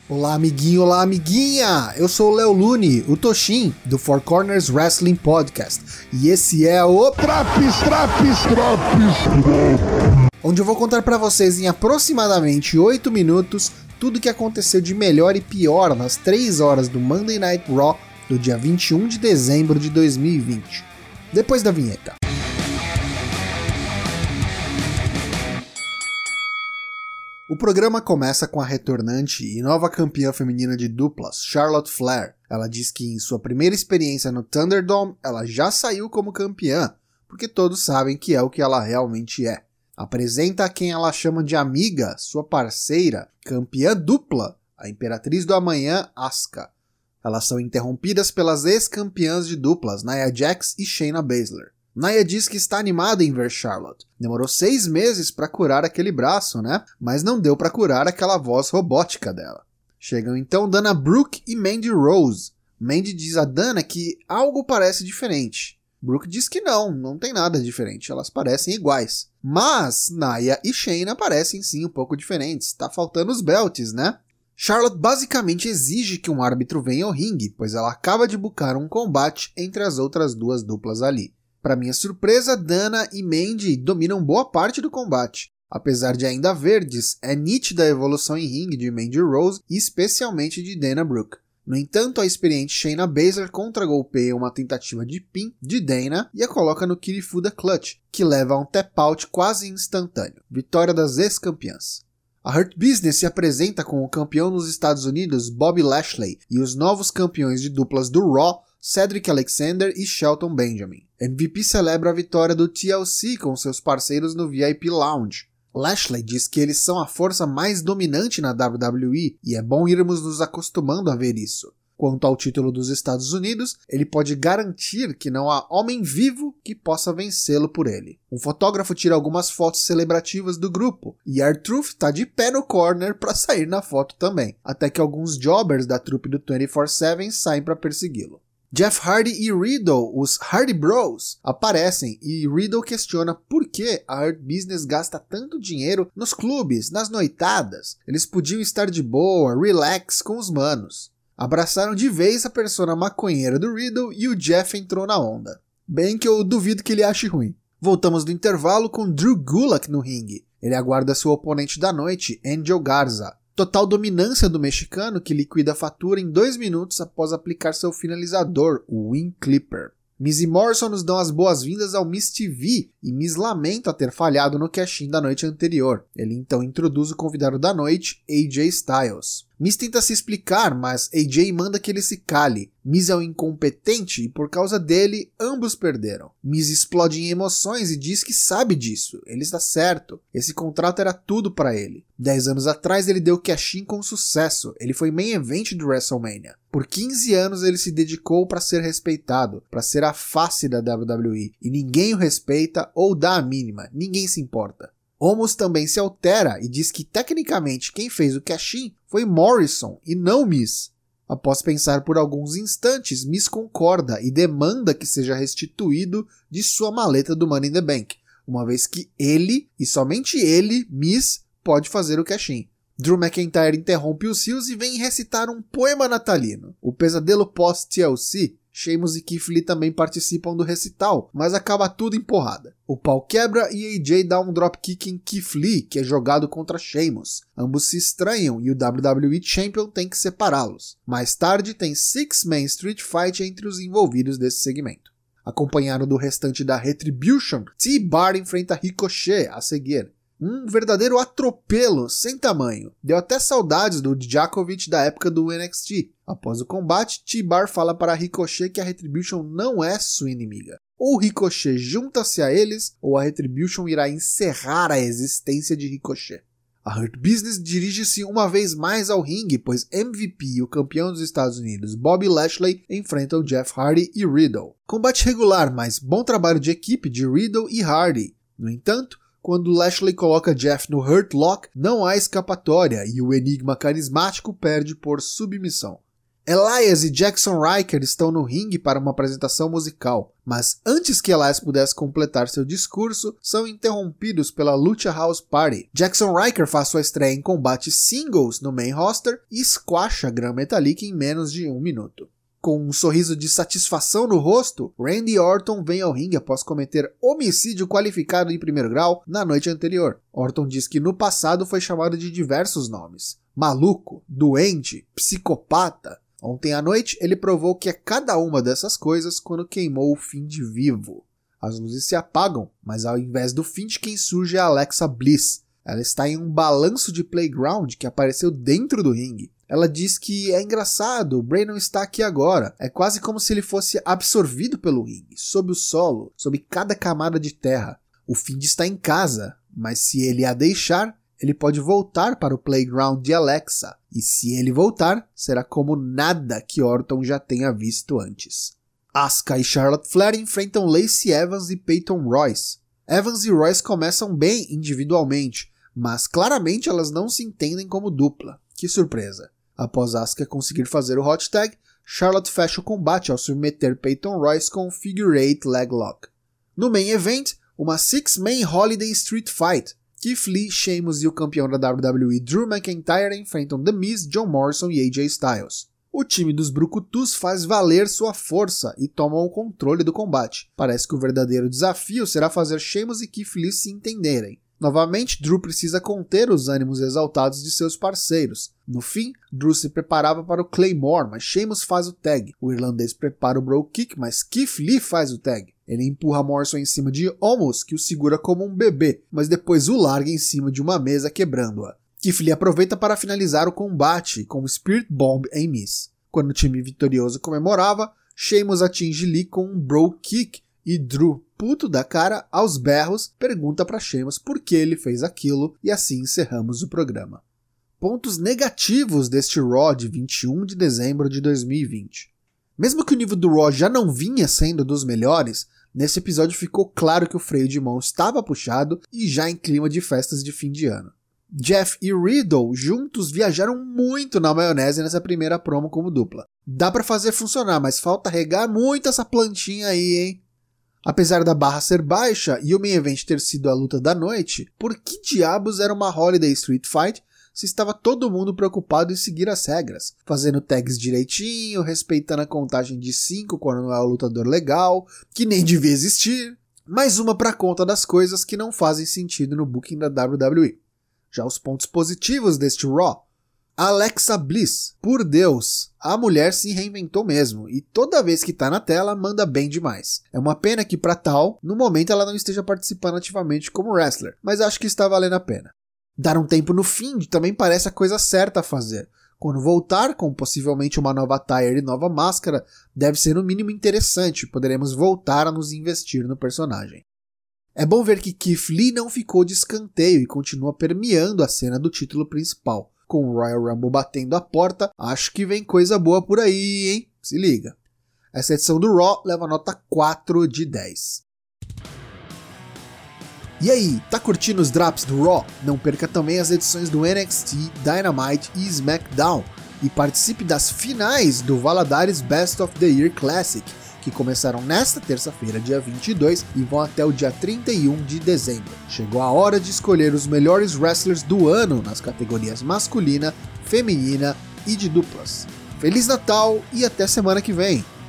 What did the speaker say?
Olá amiguinho, olá amiguinha! Eu sou o Léo Lune, o Toshin, do Four Corners Wrestling Podcast. E esse é o Traps, onde eu vou contar pra vocês em aproximadamente 8 minutos tudo o que aconteceu de melhor e pior nas 3 horas do Monday Night Raw do dia 21 de dezembro de 2020. Depois da vinheta. O programa começa com a retornante e nova campeã feminina de duplas, Charlotte Flair. Ela diz que em sua primeira experiência no Thunderdome, ela já saiu como campeã, porque todos sabem que é o que ela realmente é. Apresenta a quem ela chama de amiga, sua parceira, campeã dupla, a Imperatriz do Amanhã, Asuka. Elas são interrompidas pelas ex-campeãs de duplas, Nia Jax e Shayna Baszler. Nia diz que está animada em ver Charlotte. Demorou 6 meses para curar aquele braço, né? Mas não deu para curar aquela voz robótica dela. Chegam então Dana Brooke e Mandy Rose. Mandy diz a Dana que algo parece diferente. Brooke diz que não tem nada diferente, elas parecem iguais. Mas Nia e Shayna parecem sim um pouco diferentes, tá faltando os belts, né? Charlotte basicamente exige que um árbitro venha ao ringue, pois ela acaba de bucar um combate entre as outras duas duplas ali. Para minha surpresa, Dana e Mandy dominam boa parte do combate. Apesar de ainda verdes, é nítida a evolução em ringue de Mandy Rose e especialmente de Dana Brooke. No entanto, a experiente Shayna Baszler contra-golpeia uma tentativa de pin de Dana e a coloca no Kirifuda Clutch, que leva a um tap-out quase instantâneo. Vitória das ex-campeãs. A Hurt Business se apresenta com o campeão nos Estados Unidos, Bobby Lashley, e os novos campeões de duplas do Raw, Cedric Alexander e Shelton Benjamin. MVP celebra a vitória do TLC com seus parceiros no VIP Lounge. Lashley diz que eles são a força mais dominante na WWE e é bom irmos nos acostumando a ver isso. Quanto ao título dos Estados Unidos, ele pode garantir que não há homem vivo que possa vencê-lo por ele. Um fotógrafo tira algumas fotos celebrativas do grupo, e R-Truth está de pé no corner para sair na foto também, até que alguns jobbers da trupe do 24/7 saem para persegui-lo. Jeff Hardy e Riddle, os Hardy Bros, aparecem e Riddle questiona por que a Hurt Business gasta tanto dinheiro nos clubes, nas noitadas. Eles podiam estar de boa, relax com os manos. Abraçaram de vez a persona maconheira do Riddle e o Jeff entrou na onda. Bem que eu duvido que ele ache ruim. Voltamos do intervalo com Drew Gulak no ringue. Ele aguarda seu oponente da noite, Angel Garza. Total dominância do mexicano que liquida a fatura em 2 minutos após aplicar seu finalizador, o Wing Clipper. Miz e Morrison nos dão as boas-vindas ao Miz TV e Miz lamenta ter falhado no cash-in da noite anterior. Ele então introduz o convidado da noite, AJ Styles. Miz tenta se explicar, mas AJ manda que ele se cale. Miz é um incompetente e por causa dele, ambos perderam. Miz explode em emoções e diz que sabe disso. Ele está certo. Esse contrato era tudo para ele. 10 anos atrás ele deu cash-in com sucesso. Ele foi main event do WrestleMania. Por 15 anos ele se dedicou para ser respeitado, para ser a face da WWE. E ninguém o respeita ou dá a mínima. Ninguém se importa. Omos também se altera e diz que tecnicamente quem fez o cash-in foi Morrison e não Miz. Após pensar por alguns instantes, Miz concorda e demanda que seja restituído de sua maleta do Money in the Bank, uma vez que ele, e somente ele, Miz, pode fazer o cash-in. Drew McIntyre interrompe os rios e vem recitar um poema natalino. O pesadelo pós-TLC. Sheamus e Keith Lee também participam do recital, mas acaba tudo em porrada. O pau quebra e AJ dá um dropkick em Keith Lee, que é jogado contra Sheamus. Ambos se estranham e o WWE Champion tem que separá-los. Mais tarde tem 6-man Street Fight entre os envolvidos desse segmento. Acompanhado do restante da Retribution, T-Bar enfrenta Ricochet a seguir. Um verdadeiro atropelo sem tamanho. Deu até saudades do Djokovic da época do NXT. Após o combate, T-Bar fala para Ricochet que a Retribution não é sua inimiga. Ou Ricochet junta-se a eles, ou a Retribution irá encerrar a existência de Ricochet. A Hurt Business dirige-se uma vez mais ao ringue, pois MVP e o campeão dos Estados Unidos, Bobby Lashley, enfrentam Jeff Hardy e Riddle. Combate regular, mas bom trabalho de equipe de Riddle e Hardy. No entanto, quando Lashley coloca Jeff no Hurt Lock, não há escapatória e o enigma carismático perde por submissão. Elias e Jackson Ryker estão no ringue para uma apresentação musical, mas antes que Elias pudesse completar seu discurso, são interrompidos pela Lucha House Party. Jackson Ryker faz sua estreia em combate singles no main roster e squasha Gran Metalik em menos de 1 minuto. Com um sorriso de satisfação no rosto, Randy Orton vem ao ringue após cometer homicídio qualificado em primeiro grau na noite anterior. Orton diz que no passado foi chamado de diversos nomes: maluco, doente, psicopata. Ontem à noite ele provou que é cada uma dessas coisas quando queimou o Fiend vivo. As luzes se apagam, mas ao invés do Fiend quem surge é a Alexa Bliss. Ela está em um balanço de playground que apareceu dentro do ringue. Ela diz que é engraçado, o Bray não está aqui agora. É quase como se ele fosse absorvido pelo ringue, sob o solo, sob cada camada de terra. O Fiend está em casa, mas se ele a deixar, ele pode voltar para o playground de Alexa. E se ele voltar, será como nada que Orton já tenha visto antes. Asuka e Charlotte Flair enfrentam Lacey Evans e Peyton Royce. Evans e Royce começam bem individualmente, mas claramente elas não se entendem como dupla. Que surpresa! Após Asuka conseguir fazer o hot tag, Charlotte fecha o combate ao submeter Peyton Royce com o Figure 8 Leg Lock. No main event, uma 6-man Holiday Street Fight. Keith Lee, Sheamus e o campeão da WWE Drew McIntyre enfrentam The Miz, John Morrison e AJ Styles. O time dos Brucutus faz valer sua força e tomam o controle do combate. Parece que o verdadeiro desafio será fazer Sheamus e Keith Lee se entenderem. Novamente, Drew precisa conter os ânimos exaltados de seus parceiros. No fim, Drew se preparava para o Claymore, mas Sheamus faz o tag. O irlandês prepara o Bro Kick, mas Keith Lee faz o tag. Ele empurra Morrison em cima de Omos, que o segura como um bebê, mas depois o larga em cima de uma mesa, quebrando-a. Keith Lee aproveita para finalizar o combate com o Spirit Bomb em Miz. Quando o time vitorioso comemorava, Sheamus atinge Lee com um Bro Kick e Drew, puto da cara, aos berros, pergunta para Sheamus por que ele fez aquilo e assim encerramos o programa. Pontos negativos deste Raw de 21 de dezembro de 2020. Mesmo que o nível do Raw já não vinha sendo dos melhores, nesse episódio ficou claro que o freio de mão estava puxado e já em clima de festas de fim de ano. Jeff e Riddle juntos viajaram muito na maionese nessa primeira promo como dupla. Dá pra fazer funcionar, mas falta regar muito essa plantinha aí, hein? Apesar da barra ser baixa e o main event ter sido a luta da noite, por que diabos era uma Holiday Street Fight se estava todo mundo preocupado em seguir as regras, fazendo tags direitinho, respeitando a contagem de 5 quando não é o lutador legal, que nem devia existir? Mais uma pra conta das coisas que não fazem sentido no booking da WWE. Já os pontos positivos deste Raw. Alexa Bliss, por Deus, a mulher se reinventou mesmo e toda vez que tá na tela manda bem demais. É uma pena que pra tal, no momento ela não esteja participando ativamente como wrestler, mas acho que está valendo a pena. Dar um tempo no Fiend também parece a coisa certa a fazer. Quando voltar com possivelmente uma nova attire e nova máscara, deve ser no mínimo interessante, poderemos voltar a nos investir no personagem. É bom ver que Keith Lee não ficou de escanteio e continua permeando a cena do título principal. Com o Royal Rumble batendo a porta, acho que vem coisa boa por aí, hein? Se liga. Essa edição do Raw leva nota 4 de 10. E aí, tá curtindo os drops do Raw? Não perca também as edições do NXT, Dynamite e SmackDown. E participe das finais do Valadares Best of the Year Classic, que começaram nesta terça-feira, dia 22, e vão até o dia 31 de dezembro. Chegou a hora de escolher os melhores wrestlers do ano nas categorias masculina, feminina e de duplas. Feliz Natal e até semana que vem!